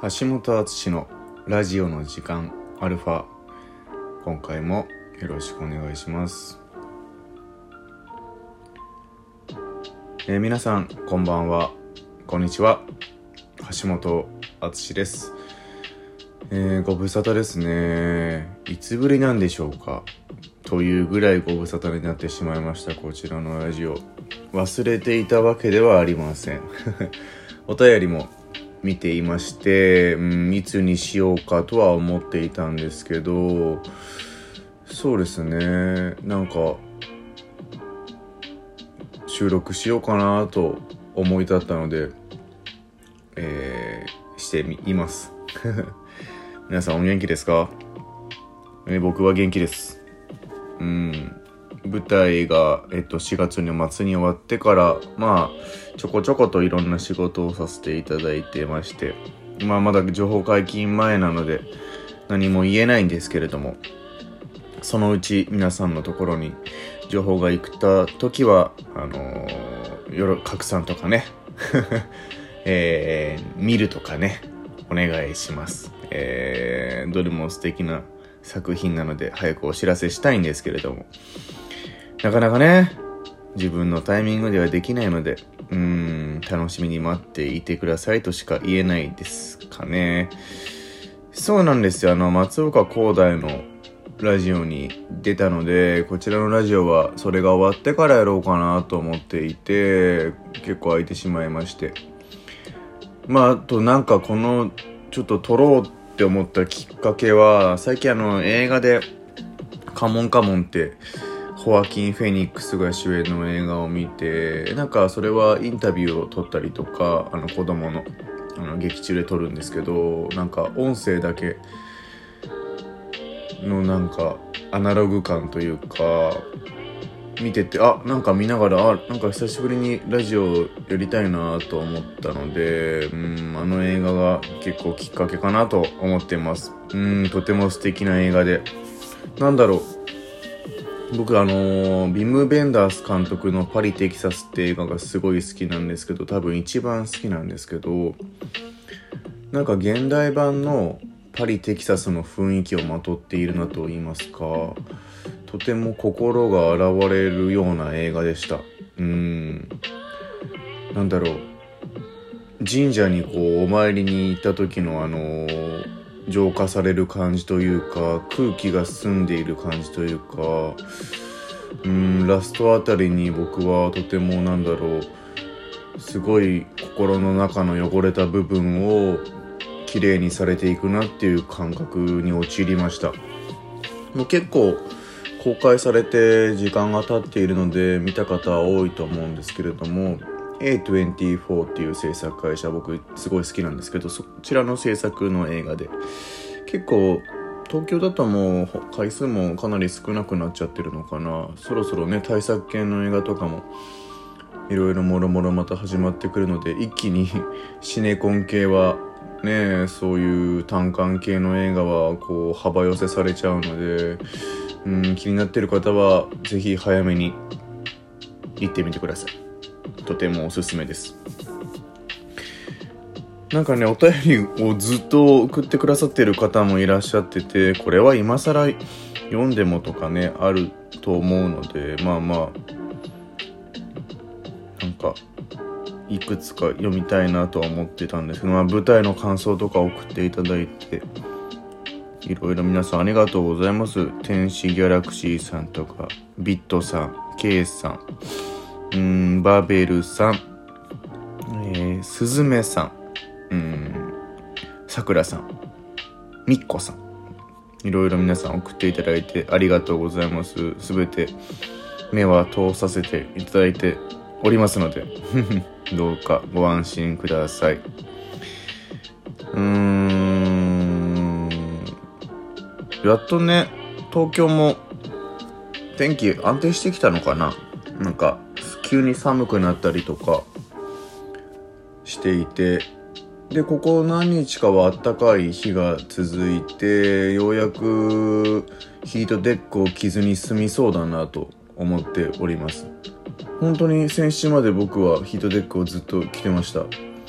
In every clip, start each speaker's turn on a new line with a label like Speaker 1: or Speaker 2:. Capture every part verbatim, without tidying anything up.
Speaker 1: 橋本敦のラジオの時間アルファ、今回もよろしくお願いします。えー、皆さんこんばんは、こんにちは。橋本敦です。えー、ご無沙汰ですね。いつぶりなんでしょうかというぐらいご無沙汰になってしまいました。こちらのラジオ、忘れていたわけではありませんお便りも見ていまして、うん、いつにしようかとは思っていたんですけど、そうですね、なんか収録しようかなと思い立ったので、えー、しています皆さんお元気ですか？えー、僕は元気です。うん、舞台が、えっと、しがつの末に終わってからまあちょこちょこといろんな仕事をさせていただいてまして、まあまだ情報解禁前なので何も言えないんですけれども、そのうち皆さんのところに情報が行った時はあのー、よろ拡散とかね、えー、見るとかねお願いします。えー、どれも素敵な作品なので早くお知らせしたいんですけれども、なかなかね自分のタイミングではできないので、うーん楽しみに待っていてくださいとしか言えないですかね。そうなんですよ、あの松岡広大のラジオに出たので、こちらのラジオはそれが終わってからやろうかなと思っていて、結構空いてしまいまして、まああとなんかこのちょっと撮ろうって思ったきっかけは、最近あの映画でカモンカモンってホアキン・フェニックスが主演の映画を見て、なんかそれはインタビューを撮ったりとか、あの子供のあの劇中で撮るんですけど、なんか音声だけのなんかアナログ感というか見てて、あなんか見ながら、あなんか久しぶりにラジオやりたいなと思ったので、うんあの映画が結構きっかけかなと思っています。うんとても素敵な映画で、なんだろう、僕あのー、ビム・ベンダース監督のパリ・テキサスって映画がすごい好きなんですけど、多分一番好きなんですけど、なんか現代版のパリ・テキサスの雰囲気をまとっているなと言いますか、とても心が洗われるような映画でした。うーんなんだろう、神社にこうお参りに行った時のあのー、浄化される感じというか、空気が澄んでいる感じというか、うーんラストあたりに僕はとてもなんだろう、すごい心の中の汚れた部分を綺麗にされていくなっていう感覚に陥りました。もう結構公開されて時間が経っているので見た方は多いと思うんですけれども、 エーにじゅうよん っていう制作会社、僕すごい好きなんですけど、そちらの制作の映画で、結構東京だともう回数もかなり少なくなっちゃってるのかな。そろそろね大作系の映画とかもいろいろもろもろまた始まってくるので、一気にシネコン系はね、そういう単館系の映画はこう幅寄せされちゃうので、うん気になってる方はぜひ早めに行ってみてください。とてもおすすめです。なんかねお便りをずっと送ってくださってる方もいらっしゃってて、これは今更読んでもとかねあると思うので、まあまあなんかいくつか読みたいなとは思ってたんですけど、まあ、舞台の感想とか送っていただいていろいろ皆さんありがとうございます。天使ギャラクシーさんとかビットさん、ケイさん、うーんバベルさん、えー、スズメさん、うーんさくらさん、みっこさん、いろいろ皆さん送っていただいてありがとうございます。すべて目は通させていただいておりますのでどうかご安心ください。うーんやっとね東京も天気安定してきたのかな。なんか急に寒くなったりとかしていて、でここ何日かは暖かい日が続いて、ようやくヒートテックを着ずに済みそうだなと思っております。本当に先週まで僕はヒートテックをずっと着てました。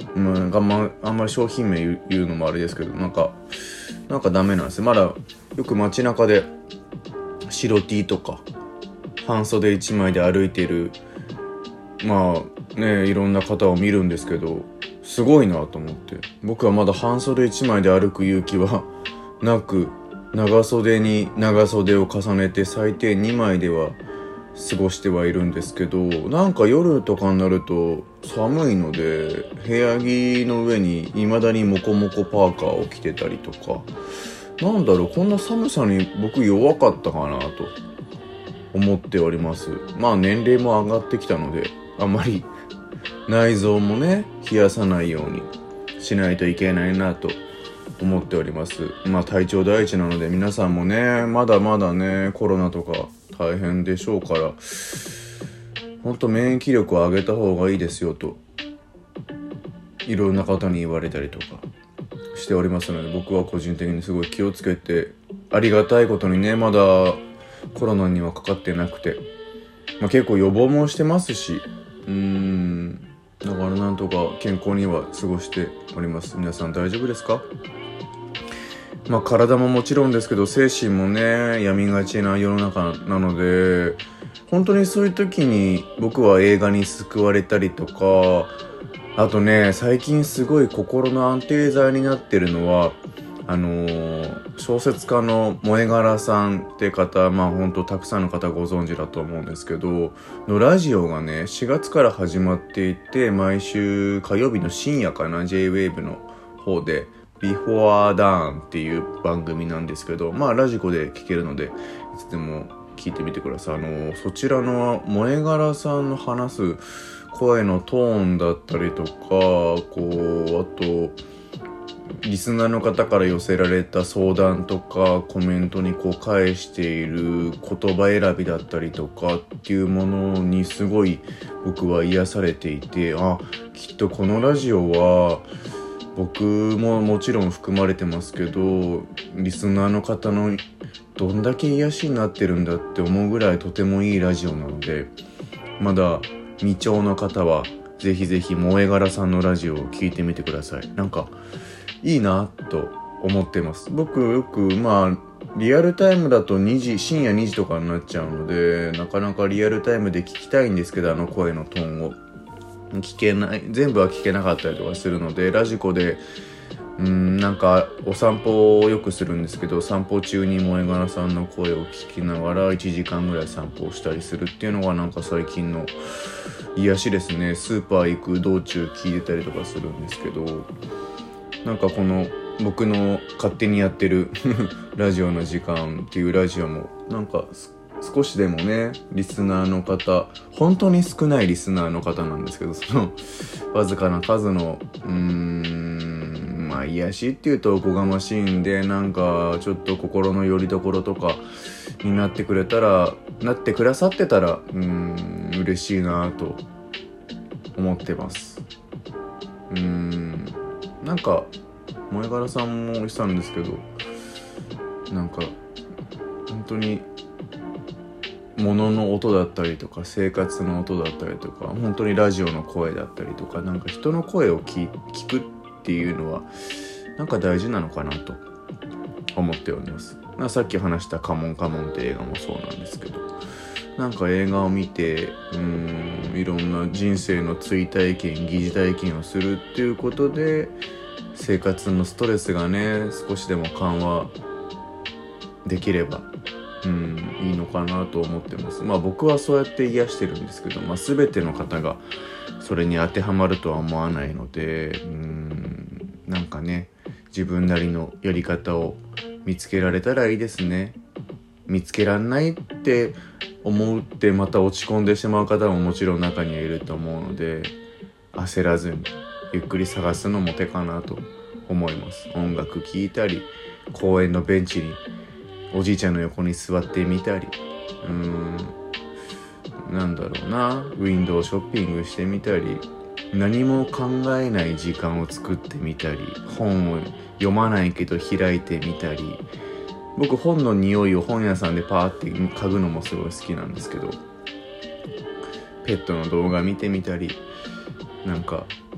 Speaker 1: うん、なんかまあんまり商品名言う、言うのもあれですけど、なんかなんかダメなんですよ。まだよく街中で白 T とか半袖一枚で歩いてるまあねいろんな方を見るんですけど、すごいなと思って、僕はまだ半袖一枚で歩く勇気はなく、長袖に長袖を重ねて最低にまいでは過ごしてはいるんですけど、なんか夜とかになると寒いので部屋着の上に未だにモコモコパーカーを着てたりとか、なんだろう、こんな寒さに僕弱かったかなと思っております。まあ年齢も上がってきたので、あんまり内臓もね冷やさないようにしないといけないなと思っております。まあ体調第一なので、皆さんもねまだまだねコロナとか大変でしょうから、ほんと免疫力を上げた方がいいですよといろんな方に言われたりとかしておりますので、僕は個人的にすごい気をつけて、ありがたいことにねまだコロナにはかかってなくて、まあ、結構予防もしてますし、うーんだからなんとか健康には過ごしております。皆さん大丈夫ですか？まあ体ももちろんですけど、精神もね病みがちな世の中なので、本当にそういう時に僕は映画に救われたりとか、あとね最近すごい心の安定剤になってるのは、あのー、小説家の萌柄さんって方、まあ本当たくさんの方ご存知だと思うんですけどのラジオがねしがつから始まっていて、毎週火曜日の深夜かな ジェイウェーブ の方でビフォアダーンっていう番組なんですけど、まあラジコで聞けるのでいつでも聞いてみてください。あのそちらの萌柄さんの話す声のトーンだったりとか、こうあとリスナーの方から寄せられた相談とかコメントにこう返している言葉選びだったりとかっていうものにすごい僕は癒されていて、あ、きっとこのラジオは僕ももちろん含まれてますけど、リスナーの方のどんだけ癒しになってるんだって思うぐらいとてもいいラジオなので、まだ未聴の方はぜひぜひ萌柄さんのラジオを聞いてみてください。なんかいいなと思ってます。僕よくまあリアルタイムだとにじ深夜にじとかになっちゃうので、なかなかリアルタイムで聞きたいんですけど、あの声のトーンを聞けない、全部は聞けなかったりとかするので、ラジコでうーんなんかお散歩をよくするんですけど、散歩中に萌柄さんの声を聞きながらいちじかんぐらい散歩をしたりするっていうのがなんか最近の癒しですね。スーパー行く道中聞いてたりとかするんですけど、なんかこの僕の勝手にやってるラジオの時間っていうラジオもなんか少しでもねリスナーの方、本当に少ないリスナーの方なんですけど、そのわずかな数のうーんまあ癒しっていうとおこがましいんで、なんかちょっと心の拠り所とかになってくれたらなってくださってたらうーん嬉しいなと思ってます。うーんなんか萌柄さんも言ってたんですけど、なんか本当に物の音だったりとか生活の音だったりとか、本当にラジオの声だったりとか、なんか人の声を聞、聞くっていうのはなんか大事なのかなと思っております。さっき話したカモンカモンって映画もそうなんですけど、なんか映画を見てうーんいろんな人生の追体験疑似体験をするっていうことで生活のストレスがね少しでも緩和できればうんいいのかなと思ってます。まあ僕はそうやって癒してるんですけど、まあ全ての方がそれに当てはまるとは思わないので、うーんなんかね自分なりのやり方を見つけられたらいいですね。見つけらんないって思うってまた落ち込んでしまう方ももちろん中にはいると思うので、焦らずにゆっくり探すのも手かなと思います。音楽聴いたり公園のベンチにおじいちゃんの横に座ってみたり、うーんなんだろうなウィンドウショッピングしてみたり、何も考えない時間を作ってみたり、本を読まないけど開いてみたり、僕本の匂いを本屋さんでパーって嗅ぐのもすごい好きなんですけど、ペットの動画見てみたり、なんか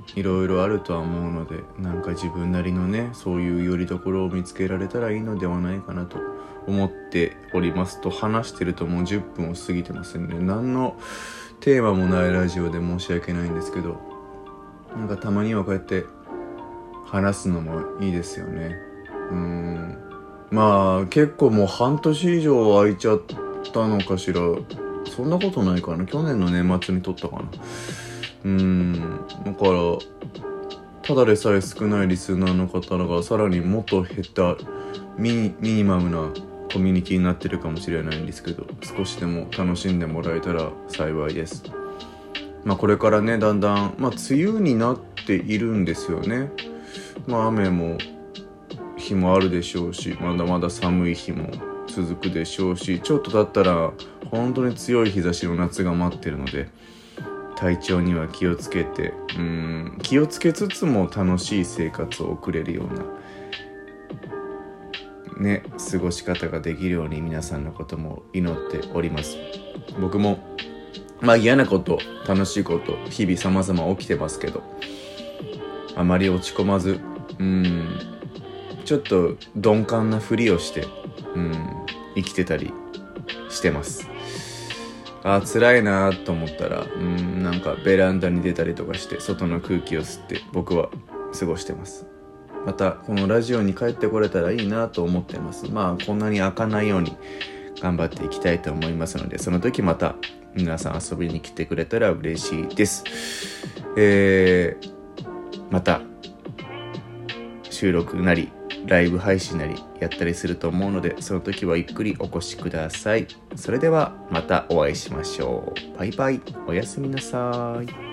Speaker 1: いろいろあるとは思うので、なんか自分なりのねそういう拠り所を見つけられたらいいのではないかなと思っておりますと話してるともうじゅっぷんを過ぎてますんで、何のテーマもないラジオで申し訳ないんですけど、なんかたまにはこうやって話すのもいいですよね。うーんまあ結構もう半年以上空いちゃったのかしら。そんなことないかな、去年の年末に撮ったかな。うーんだからただでさえ少ないリスナーの方がさらにもっと減ったミニ、ミニマムなコミュニティになってるかもしれないんですけど、少しでも楽しんでもらえたら幸いです。まあこれからねだんだん、まあ梅雨になっているんですよね。まあ雨も日もあるでしょうし、まだまだ寒い日も続くでしょうし、ちょっとだったら本当に強い日差しの夏が待ってるので、体調には気をつけて、うーん気をつけつつも楽しい生活を送れるようなね過ごし方ができるように皆さんのことも祈っております。僕もまあ嫌なこと楽しいこと日々様々起きてますけど、あまり落ち込まず、うーんちょっと鈍感なふりをしてうん生きてたりしてます。あ辛いなと思ったらうんなんかベランダに出たりとかして外の空気を吸って僕は過ごしてます。またこのラジオに帰ってこれたらいいなと思ってます。まあこんなに開かないように頑張っていきたいと思いますので、その時また皆さん遊びに来てくれたら嬉しいです。えー、また収録なりライブ配信なりやったりすると思うので、その時はゆっくりお越しください。それではまたお会いしましょう。バイバイ。おやすみなさい。